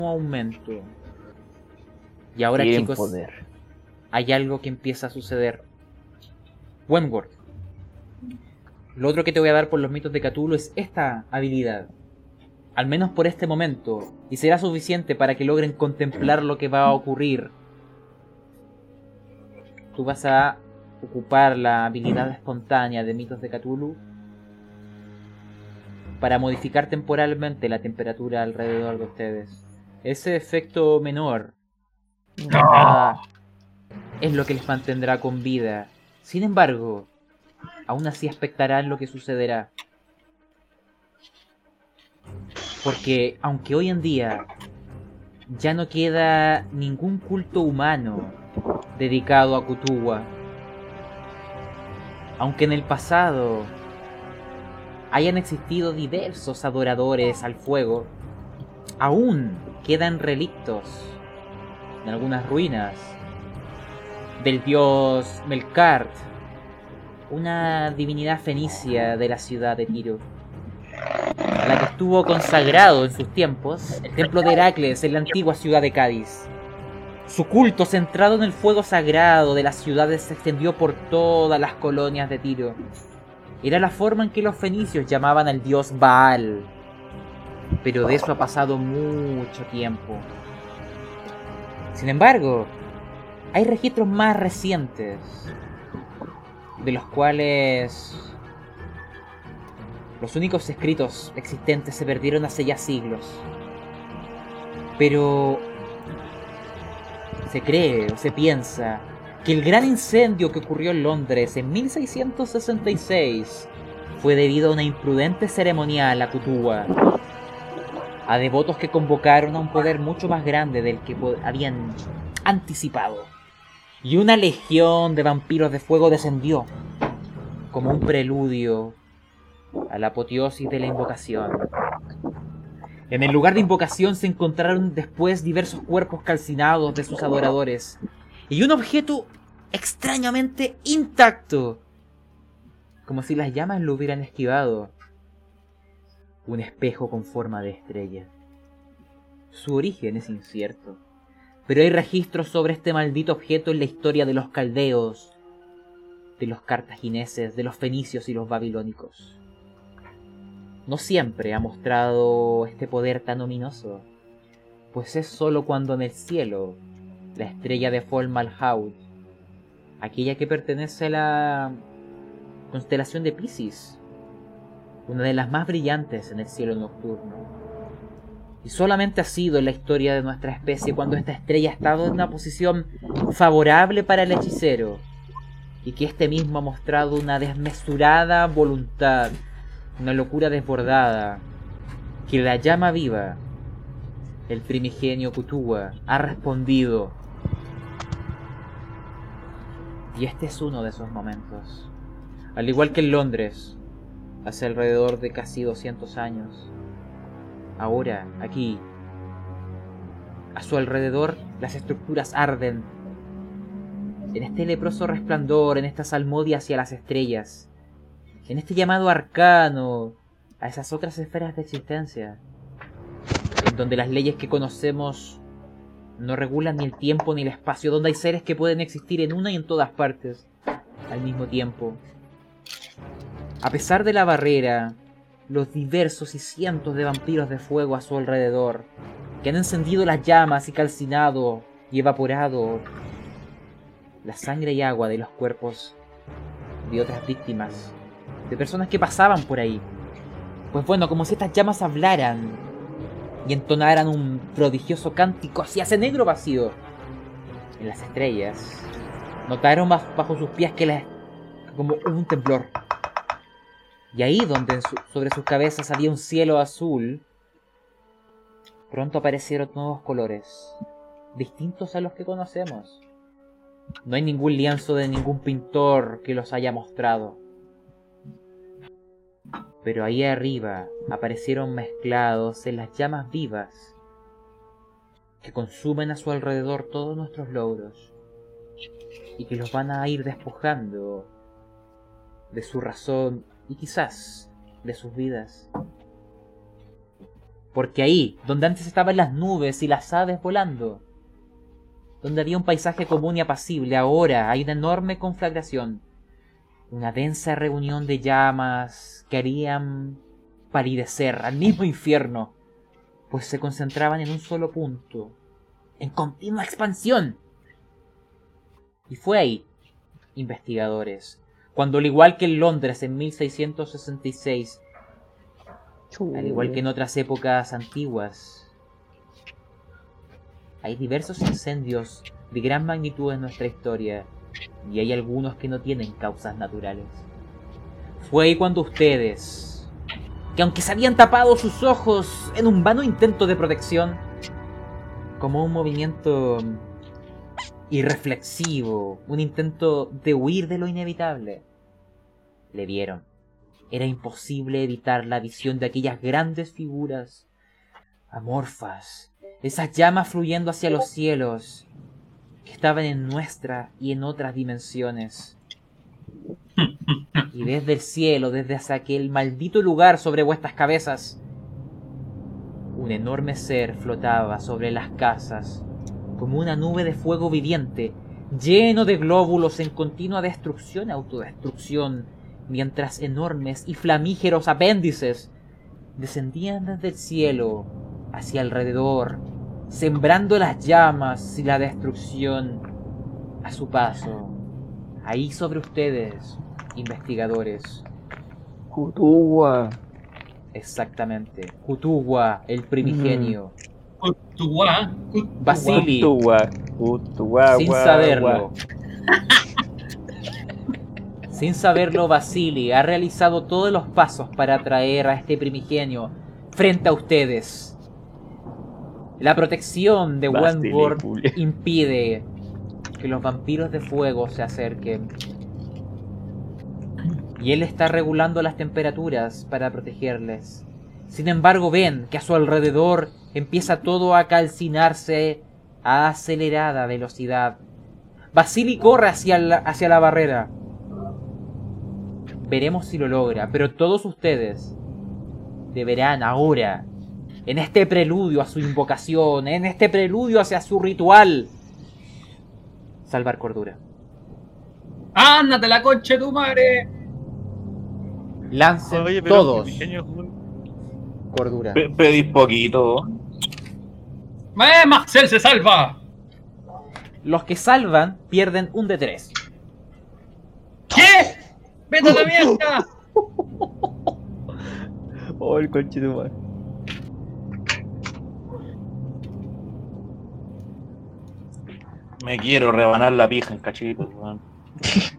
aumento. Y ahora, Quieren chicos, poder. hay algo que empieza a suceder. Wentworth, lo otro que te voy a dar por los mitos de Cthulhu es esta habilidad. Al menos por este momento. Y será suficiente para que logren contemplar lo que va a ocurrir. Tú vas a ocupar la habilidad espontánea de mitos de Cthulhu para modificar temporalmente la temperatura alrededor de ustedes. Ese efecto menor es lo que les mantendrá con vida. Sin embargo, aún así expectarán lo que sucederá. Porque aunque hoy en día ya no queda ningún culto humano dedicado a Cthulhu, aunque en el pasado hayan existido diversos adoradores al fuego, aún quedan relictos en algunas ruinas del dios Melkart, una divinidad fenicia de la ciudad de Tiro, a la que estuvo consagrado en sus tiempos el templo de Heracles en la antigua ciudad de Cádiz. Su culto centrado en el fuego sagrado de las ciudades se extendió por todas las colonias de Tiro. Era la forma en que los fenicios llamaban al dios Baal. Pero de eso ha pasado mucho tiempo. Sin embargo, hay registros más recientes, de los cuales los únicos escritos existentes se perdieron hace ya siglos. Pero se cree o se piensa que el gran incendio que ocurrió en Londres en 1666 fue debido a una imprudente ceremonial a Cthulhu, a devotos que convocaron a un poder mucho más grande del que habían anticipado. Y una legión de vampiros de fuego descendió, como un preludio a la apoteosis de la invocación. En el lugar de invocación se encontraron después diversos cuerpos calcinados de sus adoradores, y un objeto extrañamente intacto, como si las llamas lo hubieran esquivado. Un espejo con forma de estrella. Su origen es incierto, pero hay registros sobre este maldito objeto en la historia de los caldeos, de los cartagineses, de los fenicios y los babilónicos. No siempre ha mostrado este poder tan ominoso, pues es solo cuando en el cielo la estrella de Fol Malhaut, aquella que pertenece a la constelación de Piscis, una de las más brillantes en el cielo nocturno. Y solamente ha sido en la historia de nuestra especie cuando esta estrella ha estado en una posición favorable para el hechicero, y que este mismo ha mostrado una desmesurada voluntad, una locura desbordada, que la llama viva, el primigenio Cthulhu, ha respondido. Y este es uno de esos momentos. Al igual que en Londres, hace alrededor de casi 200 años, ahora, aquí, a su alrededor, las estructuras arden. En este leproso resplandor, en esta salmodia hacia las estrellas, en este llamado arcano a esas otras esferas de existencia, en donde las leyes que conocemos no regulan ni el tiempo ni el espacio, donde hay seres que pueden existir en una y en todas partes al mismo tiempo. A pesar de la barrera, los diversos y cientos de vampiros de fuego a su alrededor, que han encendido las llamas y calcinado y evaporado la sangre y agua de los cuerpos de otras víctimas, de personas que pasaban por ahí. Pues bueno, como si estas llamas hablaran y entonaran un prodigioso cántico hacia ese negro vacío. En las estrellas notaron bajo sus pies que como un temblor. Y ahí donde sobre sus cabezas había un cielo azul, pronto aparecieron nuevos colores, distintos a los que conocemos. No hay ningún lienzo de ningún pintor que los haya mostrado. Pero ahí arriba aparecieron mezclados en las llamas vivas que consumen a su alrededor todos nuestros logros y que los van a ir despojando de su razón y quizás de sus vidas. Porque ahí, donde antes estaban las nubes y las aves volando, donde había un paisaje común y apacible, ahora hay una enorme conflagración, una densa reunión de llamas que harían palidecer al mismo infierno, pues se concentraban en un solo punto, en continua expansión. Y fue ahí, investigadores, cuando al igual que en Londres en 1666, al igual que en otras épocas antiguas, hay diversos incendios de gran magnitud en nuestra historia, y hay algunos que no tienen causas naturales. Fue ahí cuando ustedes, que aunque se habían tapado sus ojos en un vano intento de protección, como un movimiento irreflexivo, un intento de huir de lo inevitable, le vieron. Era imposible evitar la visión de aquellas grandes figuras amorfas, esas llamas fluyendo hacia los cielos, que estaban en nuestra y en otras dimensiones. Y desde el cielo, desde hacia aquel maldito lugar sobre vuestras cabezas, un enorme ser flotaba sobre las casas, como una nube de fuego viviente, lleno de glóbulos en continua destrucción y autodestrucción, mientras enormes y flamígeros apéndices descendían desde el cielo hacia alrededor, sembrando las llamas y la destrucción a su paso. Ahí sobre ustedes, investigadores. Cthulhu. Exactamente. Cthulhu, el primigenio. Cthulhu. Vasily, Cthulhu. sin saberlo. Sin saberlo, Vasily ha realizado todos los pasos para atraer a este primigenio frente a ustedes. La protección de Wentworth impide que los vampiros de fuego se acerquen. Y él está regulando las temperaturas para protegerles. Sin embargo, ven que a su alrededor empieza todo a calcinarse a acelerada velocidad. Vasily corre hacia la barrera. Veremos si lo logra, pero todos ustedes deberán ahora, en este preludio a su invocación, en este preludio hacia su ritual, salvar cordura. ¡Ándate la concha de tu madre! Lancen Oye, pero todos pequeño, cordura. Pedís poquito. Marcel se salva! Los que salvan pierden un de 3. ¿Qué? ¡Vete a la mierda! Oh, el conchito. Me quiero rebanar la pija en cachitos, weón.